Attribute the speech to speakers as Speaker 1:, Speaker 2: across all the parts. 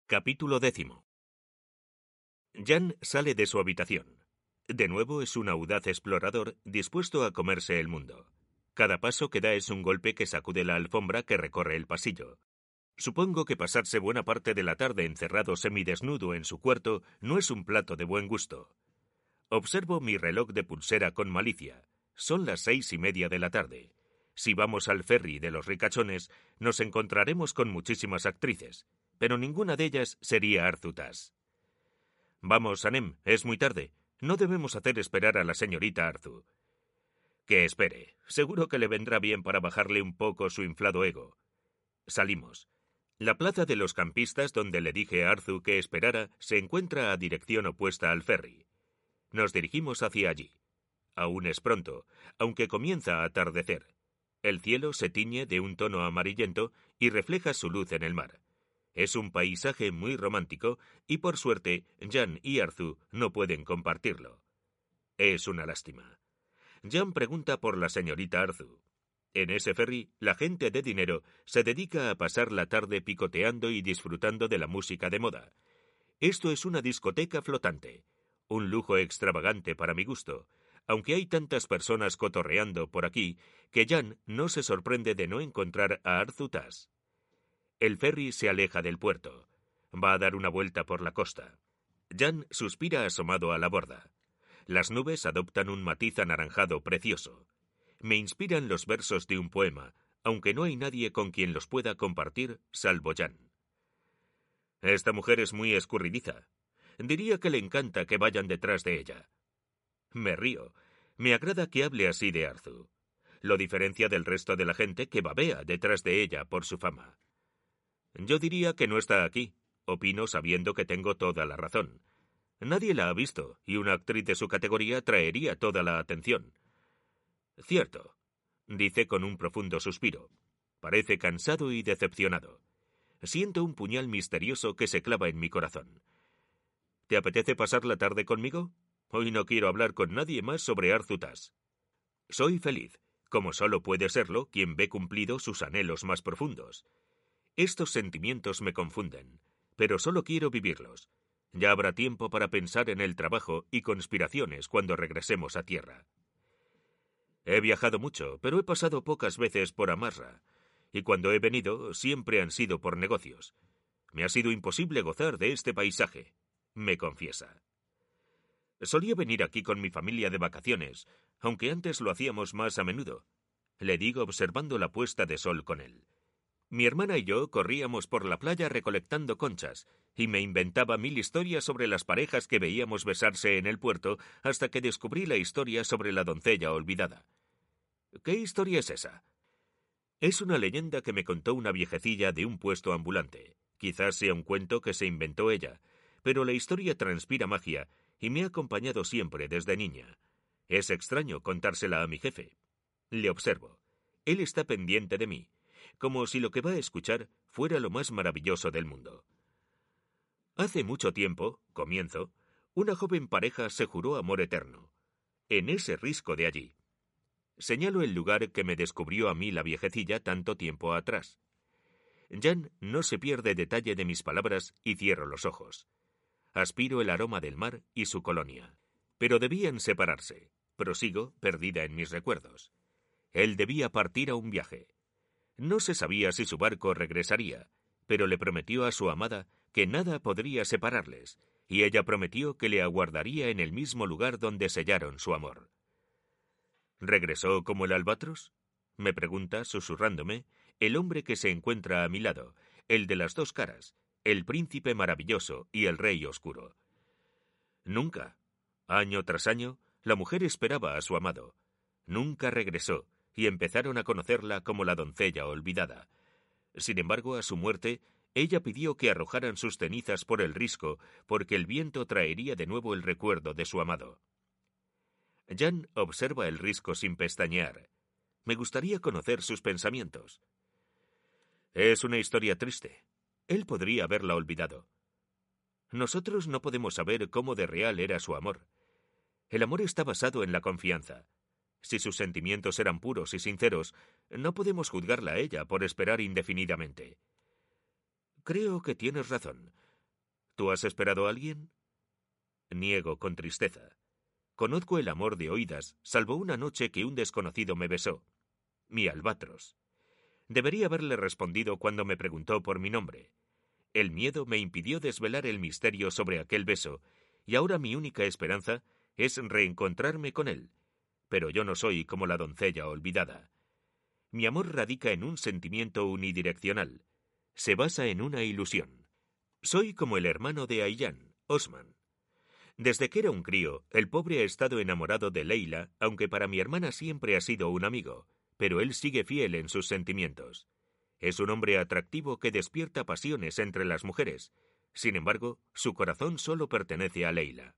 Speaker 1: Capítulo 10. Jan sale de su habitación. De nuevo es un audaz explorador dispuesto a comerse el mundo. Cada paso que da es un golpe que sacude la alfombra que recorre el pasillo. Supongo que pasarse buena parte de la tarde encerrado semidesnudo en su cuarto no es un plato de buen gusto. Observo mi reloj de pulsera con malicia. Son las 6:30 de la tarde. Si vamos al ferry de los ricachones, nos encontraremos con muchísimas actrices, pero ninguna de ellas sería Arzutas. Vamos, Sanem, es muy tarde. No debemos hacer esperar a la señorita Arzu. Que espere. Seguro que le vendrá bien para bajarle un poco su inflado ego. Salimos. La plaza de los campistas, donde le dije a Arzu que esperara, se encuentra a dirección opuesta al ferry. Nos dirigimos hacia allí. Aún es pronto, aunque comienza a atardecer. El cielo se tiñe de un tono amarillento y refleja su luz en el mar. Es un paisaje muy romántico y, por suerte, Jan y Arzu no pueden compartirlo. Es una lástima. Jan pregunta por la señorita Arzu. En ese ferry, la gente de dinero se dedica a pasar la tarde picoteando y disfrutando de la música de moda. Esto es una discoteca flotante, un lujo extravagante para mi gusto, aunque hay tantas personas cotorreando por aquí que Jan no se sorprende de no encontrar a Arzutas. El ferry se aleja del puerto. Va a dar una vuelta por la costa. Jan suspira asomado a la borda. Las nubes adoptan un matiz anaranjado precioso. Me inspiran los versos de un poema, aunque no hay nadie con quien los pueda compartir, salvo Jan. Esta mujer es muy escurridiza. Diría que le encanta que vayan detrás de ella. Me río. Me agrada que hable así de Arzu. Lo diferencia del resto de la gente que babea detrás de ella por su fama. Yo diría que no está aquí. Opino sabiendo que tengo toda la razón. Nadie la ha visto, y una actriz de su categoría traería toda la atención. Cierto, dice con un profundo suspiro. Parece cansado y decepcionado. Siento un puñal misterioso que se clava en mi corazón. ¿Te apetece pasar la tarde conmigo? Hoy no quiero hablar con nadie más sobre Arzutas. Soy feliz, como solo puede serlo quien ve cumplido sus anhelos más profundos. Estos sentimientos me confunden, pero solo quiero vivirlos. Ya habrá tiempo para pensar en el trabajo y conspiraciones cuando regresemos a tierra. He viajado mucho, pero he pasado pocas veces por Amarra, y cuando he venido siempre han sido por negocios. Me ha sido imposible gozar de este paisaje, me confiesa. Solía venir aquí con mi familia de vacaciones, aunque antes lo hacíamos más a menudo. Le digo observando la puesta de sol con él. Mi hermana y yo corríamos por la playa recolectando conchas, y me inventaba 1000 historias sobre las parejas que veíamos besarse en el puerto hasta que descubrí la historia sobre la doncella olvidada. ¿Qué historia es esa? Es una leyenda que me contó una viejecilla de un puesto ambulante. Quizás sea un cuento que se inventó ella, pero la historia transpira magia y me ha acompañado siempre desde niña. Es extraño contársela a mi jefe. Le observo. Él está pendiente de mí, como si lo que va a escuchar fuera lo más maravilloso del mundo. Hace mucho tiempo, comienzo, una joven pareja se juró amor eterno. En ese risco de allí. Señalo el lugar que me descubrió a mí la viejecilla tanto tiempo atrás. Jan no se pierde detalle de mis palabras y cierro los ojos. Aspiro el aroma del mar y su colonia. Pero debían separarse. Prosigo, perdida en mis recuerdos. Él debía partir a un viaje. No se sabía si su barco regresaría, pero le prometió a su amada que nada podría separarles, y ella prometió que le aguardaría en el mismo lugar donde sellaron su amor. ¿Regresó como el albatros? Me pregunta, susurrándome, el hombre que se encuentra a mi lado, el de las dos caras, el príncipe maravilloso y el rey oscuro. Nunca. Año tras año, la mujer esperaba a su amado. Nunca regresó, y empezaron a conocerla como la doncella olvidada. Sin embargo, a su muerte, ella pidió que arrojaran sus cenizas por el risco, porque el viento traería de nuevo el recuerdo de su amado. Jan observa el risco sin pestañear. Me gustaría conocer sus pensamientos. Es una historia triste. Él podría haberla olvidado. Nosotros no podemos saber cómo de real era su amor. El amor está basado en la confianza. Si sus sentimientos eran puros y sinceros, no podemos juzgarla a ella por esperar indefinidamente. Creo que tienes razón. ¿Tú has esperado a alguien? Niego con tristeza. Conozco el amor de oídas, salvo una noche que un desconocido me besó. Mi albatros. Debería haberle respondido cuando me preguntó por mi nombre. El miedo me impidió desvelar el misterio sobre aquel beso, y ahora mi única esperanza es reencontrarme con él. Pero yo no soy como la doncella olvidada. Mi amor radica en un sentimiento unidireccional. Se basa en una ilusión. Soy como el hermano de Ayyan, Osman. Desde que era un crío, el pobre ha estado enamorado de Leila, aunque para mi hermana siempre ha sido un amigo, pero él sigue fiel en sus sentimientos. Es un hombre atractivo que despierta pasiones entre las mujeres. Sin embargo, su corazón solo pertenece a Leila.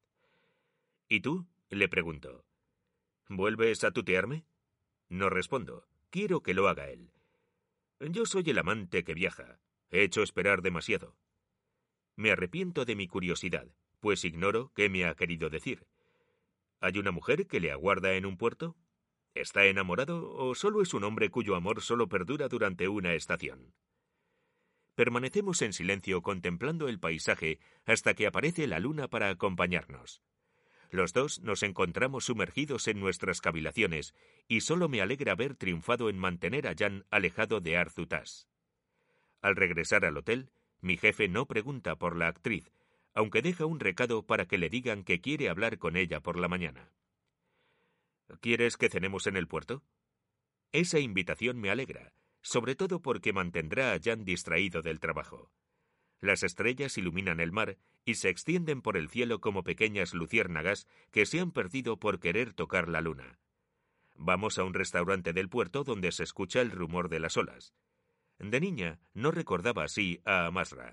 Speaker 1: ¿Y tú?, le pregunto. ¿Vuelves a tutearme? No respondo. Quiero que lo haga él. Yo soy el amante que viaja. He hecho esperar demasiado. Me arrepiento de mi curiosidad, pues ignoro qué me ha querido decir. ¿Hay una mujer que le aguarda en un puerto? ¿Está enamorado o solo es un hombre cuyo amor solo perdura durante una estación? Permanecemos en silencio contemplando el paisaje hasta que aparece la luna para acompañarnos. Los dos nos encontramos sumergidos en nuestras cavilaciones y solo me alegra haber triunfado en mantener a Jan alejado de Arzutas. Al regresar al hotel, mi jefe no pregunta por la actriz, aunque deja un recado para que le digan que quiere hablar con ella por la mañana. ¿Quieres que cenemos en el puerto? Esa invitación me alegra, sobre todo porque mantendrá a Jan distraído del trabajo. Las estrellas iluminan el mar y se extienden por el cielo como pequeñas luciérnagas que se han perdido por querer tocar la luna. Vamos a un restaurante del puerto donde se escucha el rumor de las olas. De niña no recordaba así a Amasra.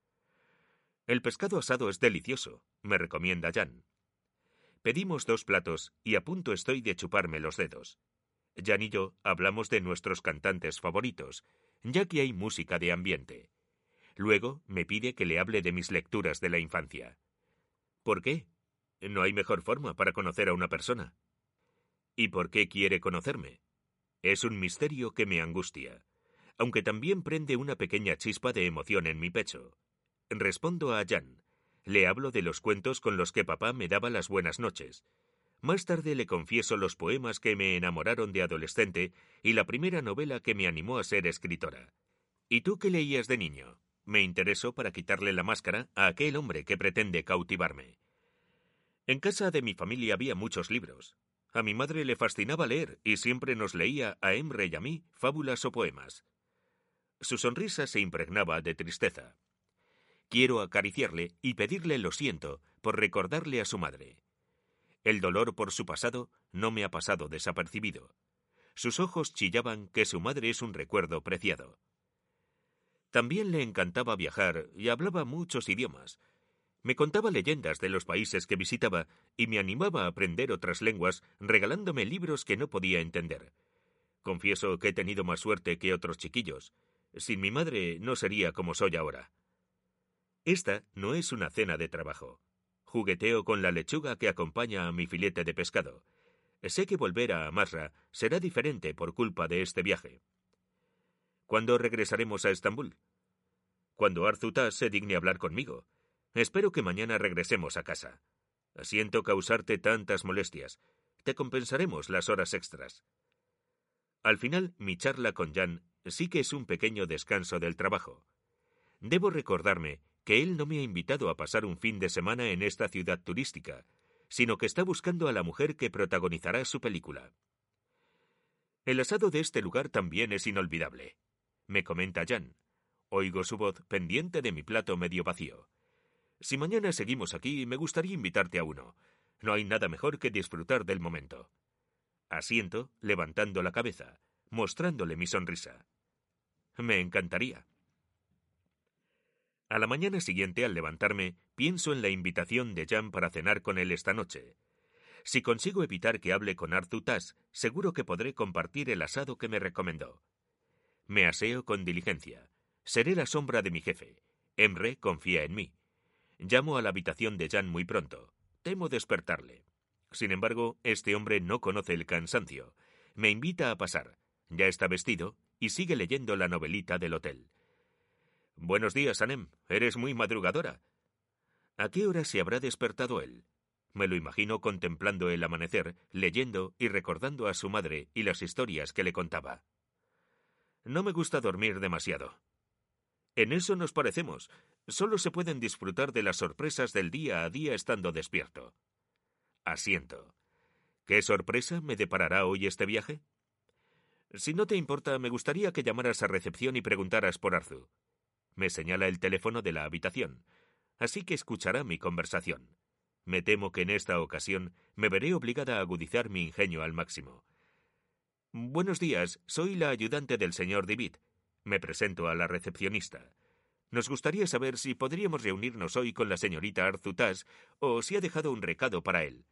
Speaker 1: El pescado asado es delicioso, me recomienda Jan. Pedimos 2 platos y a punto estoy de chuparme los dedos. Jan y yo hablamos de nuestros cantantes favoritos, ya que hay música de ambiente. Luego me pide que le hable de mis lecturas de la infancia. ¿Por qué? No hay mejor forma para conocer a una persona. ¿Y por qué quiere conocerme? Es un misterio que me angustia, aunque también prende una pequeña chispa de emoción en mi pecho. Respondo a Jan. Le hablo de los cuentos con los que papá me daba las buenas noches. Más tarde le confieso los poemas que me enamoraron de adolescente y la primera novela que me animó a ser escritora. ¿Y tú qué leías de niño? Me interesó para quitarle la máscara a aquel hombre que pretende cautivarme. En casa de mi familia había muchos libros. A mi madre le fascinaba leer y siempre nos leía a Emre y a mí fábulas o poemas. Su sonrisa se impregnaba de tristeza. Quiero acariciarle y pedirle lo siento por recordarle a su madre. El dolor por su pasado no me ha pasado desapercibido. Sus ojos chillaban que su madre es un recuerdo preciado. También le encantaba viajar y hablaba muchos idiomas. Me contaba leyendas de los países que visitaba y me animaba a aprender otras lenguas regalándome libros que no podía entender. Confieso que he tenido más suerte que otros chiquillos. Sin mi madre no sería como soy ahora. Esta no es una cena de trabajo. Jugueteo con la lechuga que acompaña a mi filete de pescado. Sé que volver a Amasra será diferente por culpa de este viaje. ¿Cuándo regresaremos a Estambul? Cuando Arzutas se digne hablar conmigo. Espero que mañana regresemos a casa. Siento causarte tantas molestias. Te compensaremos las horas extras. Al final, mi charla con Jan sí que es un pequeño descanso del trabajo. Debo recordarme que él no me ha invitado a pasar un fin de semana en esta ciudad turística, sino que está buscando a la mujer que protagonizará su película. El asado de este lugar también es inolvidable, me comenta Jan. Oigo su voz pendiente de mi plato medio vacío. Si mañana seguimos aquí, me gustaría invitarte a uno. No hay nada mejor que disfrutar del momento. Asiento, levantando la cabeza, mostrándole mi sonrisa. Me encantaría. A la mañana siguiente, al levantarme, pienso en la invitación de Jan para cenar con él esta noche. Si consigo evitar que hable con Arzutas, seguro que podré compartir el asado que me recomendó. Me aseo con diligencia. Seré la sombra de mi jefe. Emre confía en mí. Llamo a la habitación de Jan muy pronto. Temo despertarle. Sin embargo, este hombre no conoce el cansancio. Me invita a pasar. Ya está vestido y sigue leyendo la novelita del hotel. Buenos días, Anem. Eres muy madrugadora. ¿A qué hora se habrá despertado él? Me lo imagino contemplando el amanecer, leyendo y recordando a su madre y las historias que le contaba. No me gusta dormir demasiado. En eso nos parecemos. Solo se pueden disfrutar de las sorpresas del día a día estando despierto. Asiento. ¿Qué sorpresa me deparará hoy este viaje? Si no te importa, me gustaría que llamaras a recepción y preguntaras por Arzu. Me señala el teléfono de la habitación, así que escuchará mi conversación. Me temo que en esta ocasión me veré obligada a agudizar mi ingenio al máximo. Buenos días, soy la ayudante del señor David. Me presento a la recepcionista. Nos gustaría saber si podríamos reunirnos hoy con la señorita Arzu Tas o si ha dejado un recado para él.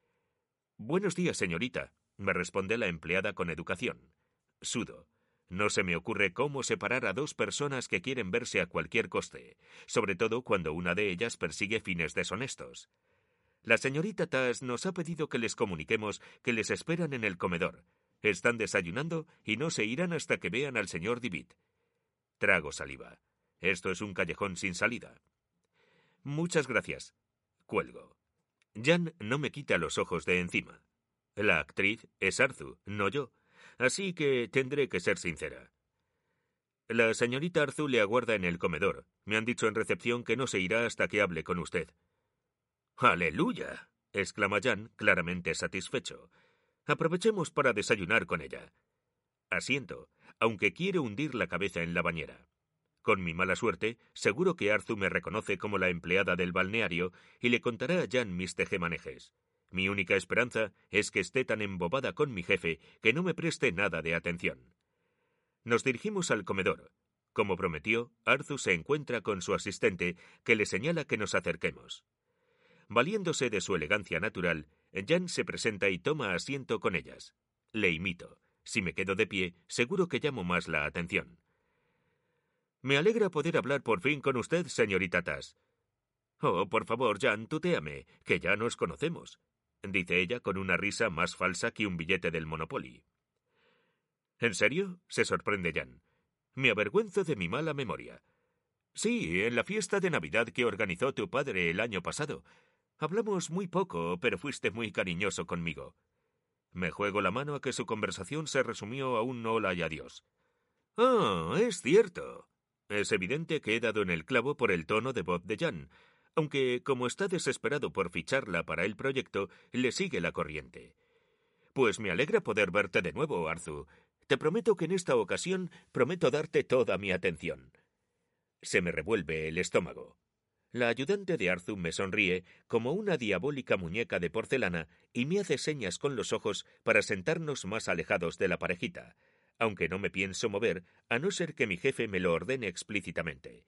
Speaker 1: Buenos días, señorita, me responde la empleada con educación. Sudo. No se me ocurre cómo separar a dos personas que quieren verse a cualquier coste, sobre todo cuando una de ellas persigue fines deshonestos. La señorita Tas nos ha pedido que les comuniquemos que les esperan en el comedor. Están desayunando y no se irán hasta que vean al señor David. Trago saliva. Esto es un callejón sin salida. Muchas gracias. Cuelgo. Jan no me quita los ojos de encima. La actriz es Arzu, no yo. Así que tendré que ser sincera. La señorita Arzu le aguarda en el comedor. Me han dicho en recepción que no se irá hasta que hable con usted. ¡Aleluya!, exclama Jan, claramente satisfecho. Aprovechemos para desayunar con ella. Asiento, aunque quiere hundir la cabeza en la bañera. Con mi mala suerte, seguro que Arzu me reconoce como la empleada del balneario y le contará a Jan mis tejemanejes. Mi única esperanza es que esté tan embobada con mi jefe que no me preste nada de atención. Nos dirigimos al comedor. Como prometió, Arzu se encuentra con su asistente, que le señala que nos acerquemos. Valiéndose de su elegancia natural, Jan se presenta y toma asiento con ellas. Le imito. Si me quedo de pie, seguro que llamo más la atención. Me alegra poder hablar por fin con usted, señorita Tas. Oh, por favor, Jan, tutéame, que ya nos conocemos, dice ella con una risa más falsa que un billete del Monopoly. ¿En serio?, se sorprende Jan. Me avergüenzo de mi mala memoria. Sí, en la fiesta de Navidad que organizó tu padre el año pasado. Hablamos muy poco, pero fuiste muy cariñoso conmigo. Me juego la mano a que su conversación se resumió a un hola y adiós. Ah, es cierto. Es evidente que he dado en el clavo por el tono de voz de Jan, aunque como está desesperado por ficharla para el proyecto, le sigue la corriente. Pues me alegra poder verte de nuevo, Arzu. Te prometo que en esta ocasión prometo darte toda mi atención. Se me revuelve el estómago. La ayudante de Arzu me sonríe como una diabólica muñeca de porcelana y me hace señas con los ojos para sentarnos más alejados de la parejita, aunque no me pienso mover, a no ser que mi jefe me lo ordene explícitamente.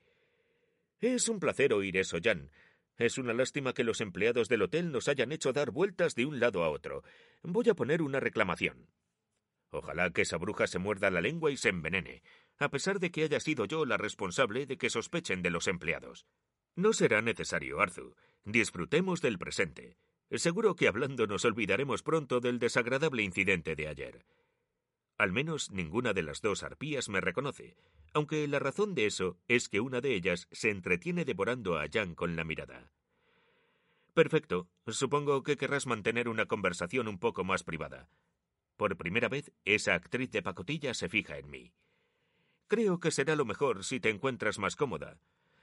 Speaker 1: Es un placer oír eso, Jan. Es una lástima que los empleados del hotel nos hayan hecho dar vueltas de un lado a otro. Voy a poner una reclamación. Ojalá que esa bruja se muerda la lengua y se envenene, a pesar de que haya sido yo la responsable de que sospechen de los empleados. No será necesario, Arzu. Disfrutemos del presente. Seguro que hablando nos olvidaremos pronto del desagradable incidente de ayer. Al menos ninguna de las dos arpías me reconoce, aunque la razón de eso es que una de ellas se entretiene devorando a Jan con la mirada. Perfecto. Supongo que querrás mantener una conversación un poco más privada. Por primera vez, esa actriz de pacotilla se fija en mí. Creo que será lo mejor si te encuentras más cómoda.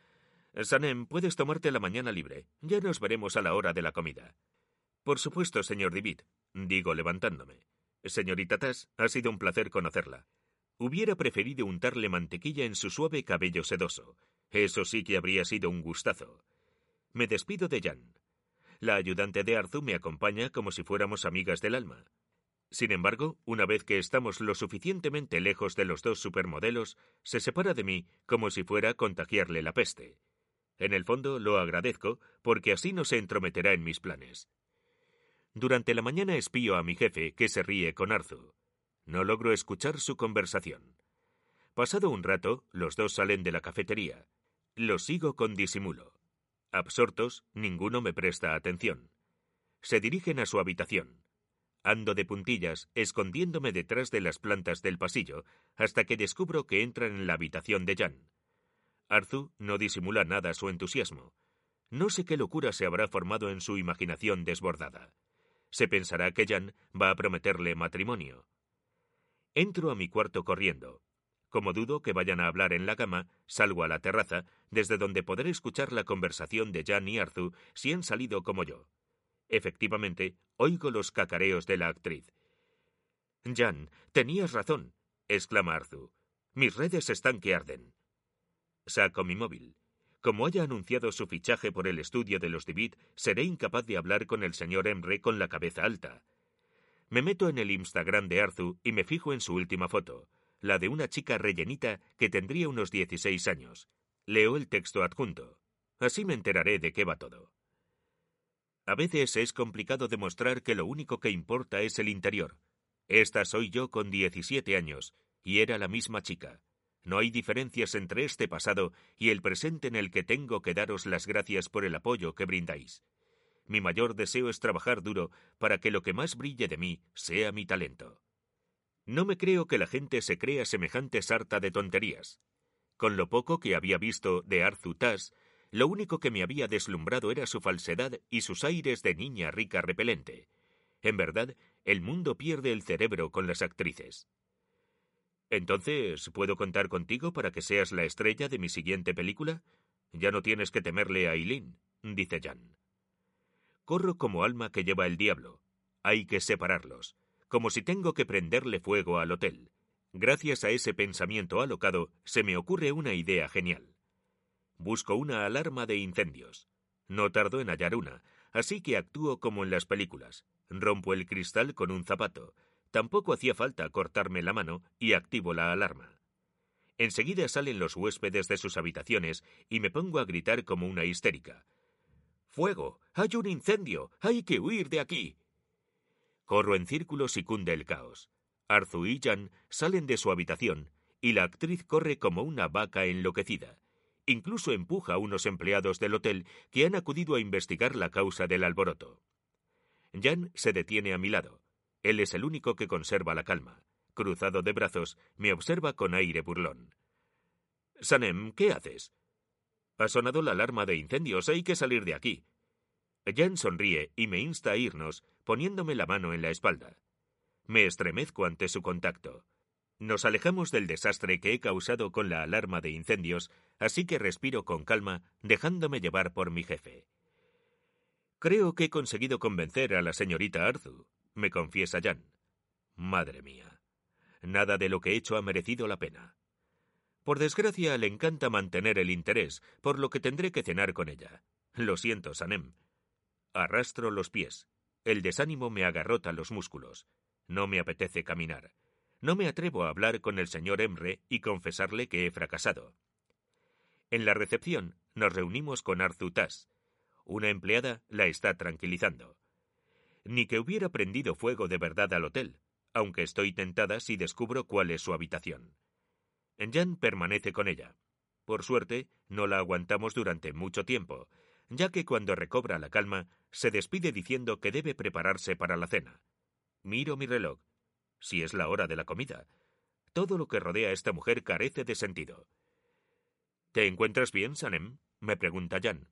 Speaker 1: Sanem, puedes tomarte la mañana libre. Ya nos veremos a la hora de la comida. Por supuesto, señor David, digo levantándome. Señorita Tas, ha sido un placer conocerla. Hubiera preferido untarle mantequilla en su suave cabello sedoso. Eso sí que habría sido un gustazo. Me despido de Jan. La ayudante de Arzu me acompaña como si fuéramos amigas del alma. Sin embargo, una vez que estamos lo suficientemente lejos de los dos supermodelos, se separa de mí como si fuera a contagiarle la peste. En el fondo lo agradezco, porque así no se entrometerá en mis planes. Durante la mañana espío a mi jefe, que se ríe con Arzu. No logro escuchar su conversación. Pasado un rato, los dos salen de la cafetería. Los sigo con disimulo. Absortos, ninguno me presta atención. Se dirigen a su habitación. Ando de puntillas, escondiéndome detrás de las plantas del pasillo, hasta que descubro que entran en la habitación de Jan. Arzu no disimula nada su entusiasmo. No sé qué locura se habrá formado en su imaginación desbordada. Se pensará que Jan va a prometerle matrimonio. Entro a mi cuarto corriendo. Como dudo que vayan a hablar en la cama, salgo a la terraza, desde donde podré escuchar la conversación de Jan y Arthur si han salido como yo. Efectivamente, oigo los cacareos de la actriz. «Jan, tenías razón», exclama Arthur. «Mis redes están que arden». Saco mi móvil. Como haya anunciado su fichaje por el estudio de los David, seré incapaz de hablar con el señor Emre con la cabeza alta. Me meto en el Instagram de Arthur y me fijo en su última foto, la de una chica rellenita que tendría unos 16 años. Leo el texto adjunto. Así me enteraré de qué va todo. A veces es complicado demostrar que lo único que importa es el interior. Esta soy yo con 17 años, y era la misma chica. No hay diferencias entre este pasado y el presente en el que tengo que daros las gracias por el apoyo que brindáis. Mi mayor deseo es trabajar duro para que lo que más brille de mí sea mi talento. No me creo que la gente se crea semejante sarta de tonterías. Con lo poco que había visto de Arthur Tass, lo único que me había deslumbrado era su falsedad y sus aires de niña rica repelente. En verdad, el mundo pierde el cerebro con las actrices. «Entonces, ¿puedo contar contigo para que seas la estrella de mi siguiente película? Ya no tienes que temerle a Eileen», dice Jan. Corro como alma que lleva el diablo. Hay que separarlos, como si tengo que prenderle fuego al hotel. Gracias a ese pensamiento alocado, se me ocurre una idea genial. Busco una alarma de incendios. No tardo en hallar una, así que actúo como en las películas. Rompo el cristal con un zapato. Tampoco hacía falta cortarme la mano y activo la alarma. Enseguida salen los huéspedes de sus habitaciones y me pongo a gritar como una histérica. «¡Fuego! ¡Hay un incendio! ¡Hay que huir de aquí!». Corro en círculos y cunde el caos. Arthur y Jan salen de su habitación y la actriz corre como una vaca enloquecida. Incluso empuja a unos empleados del hotel que han acudido a investigar la causa del alboroto. Jan se detiene a mi lado. Él es el único que conserva la calma. Cruzado de brazos, me observa con aire burlón. «Sanem, ¿qué haces?» «Ha sonado la alarma de incendios, hay que salir de aquí». Jan sonríe y me insta a irnos, poniéndome la mano en la espalda. Me estremezco ante su contacto. Nos alejamos del desastre que he causado con la alarma de incendios, así que respiro con calma, dejándome llevar por mi jefe. «Creo que he conseguido convencer a la señorita Arthur», me confiesa Jan. Madre mía. Nada de lo que he hecho ha merecido la pena. Por desgracia, le encanta mantener el interés, por lo que tendré que cenar con ella. Lo siento, Sanem. Arrastro los pies. El desánimo me agarrota los músculos. No me apetece caminar. No me atrevo a hablar con el señor Emre y confesarle que he fracasado. En la recepción nos reunimos con Arthur Tass. Una empleada la está tranquilizando. Ni que hubiera prendido fuego de verdad al hotel, aunque estoy tentada si descubro cuál es su habitación. Jan permanece con ella. Por suerte, no la aguantamos durante mucho tiempo, ya que cuando recobra la calma, se despide diciendo que debe prepararse para la cena. Miro mi reloj. Si es la hora de la comida. Todo lo que rodea a esta mujer carece de sentido. «¿Te encuentras bien, Sanem?», me pregunta Jan.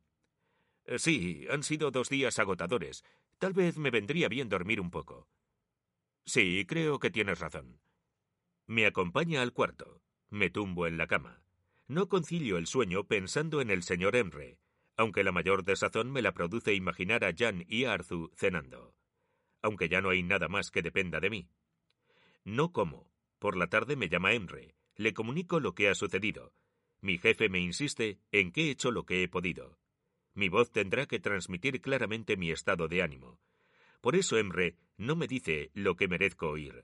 Speaker 1: «Sí, han sido 2 días agotadores. Tal vez me vendría bien dormir un poco». «Sí, creo que tienes razón». Me acompaña al cuarto. Me tumbo en la cama. No concilio el sueño pensando en el señor Emre, aunque la mayor desazón me la produce imaginar a Jan y a Arthur cenando. Aunque ya no hay nada más que dependa de mí. No como. Por la tarde me llama Emre. Le comunico lo que ha sucedido. Mi jefe me insiste en que he hecho lo que he podido. Mi voz tendrá que transmitir claramente mi estado de ánimo. Por eso Emre no me dice lo que merezco oír.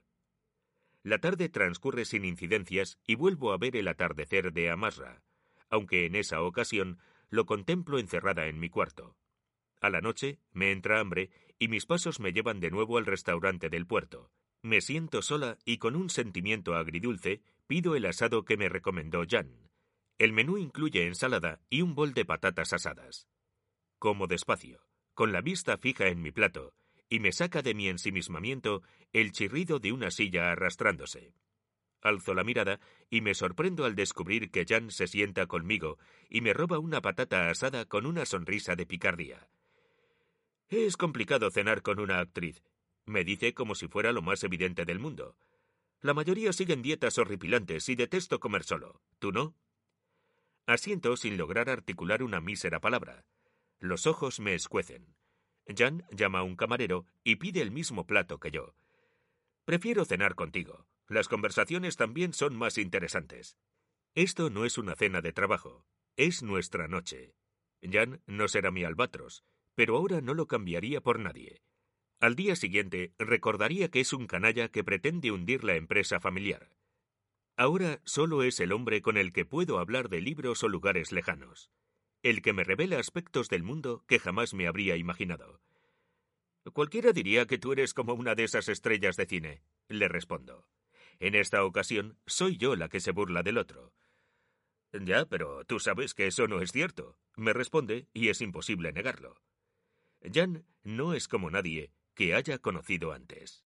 Speaker 1: La tarde transcurre sin incidencias y vuelvo a ver el atardecer de Amasra, aunque en esa ocasión lo contemplo encerrada en mi cuarto. A la noche me entra hambre y mis pasos me llevan de nuevo al restaurante del puerto. Me siento sola y con un sentimiento agridulce pido el asado que me recomendó Jan. El menú incluye ensalada y un bol de patatas asadas. Como despacio, con la vista fija en mi plato, y me saca de mi ensimismamiento el chirrido de una silla arrastrándose. Alzo la mirada y me sorprendo al descubrir que Jan se sienta conmigo y me roba una patata asada con una sonrisa de picardía. «Es complicado cenar con una actriz», me dice como si fuera lo más evidente del mundo. «La mayoría siguen dietas horripilantes y detesto comer solo. ¿Tú no?» Asiento sin lograr articular una mísera palabra. Los ojos me escuecen. Jan llama a un camarero y pide el mismo plato que yo. «Prefiero cenar contigo. Las conversaciones también son más interesantes». Esto no es una cena de trabajo. Es nuestra noche. Jan no será mi albatros, pero ahora no lo cambiaría por nadie. Al día siguiente recordaría que es un canalla que pretende hundir la empresa familiar. Ahora solo es el hombre con el que puedo hablar de libros o lugares lejanos. El que me revela aspectos del mundo que jamás me habría imaginado. «Cualquiera diría que tú eres como una de esas estrellas de cine», le respondo. En esta ocasión soy yo la que se burla del otro. «Ya, pero tú sabes que eso no es cierto», me responde, y es imposible negarlo. Jan no es como nadie que haya conocido antes.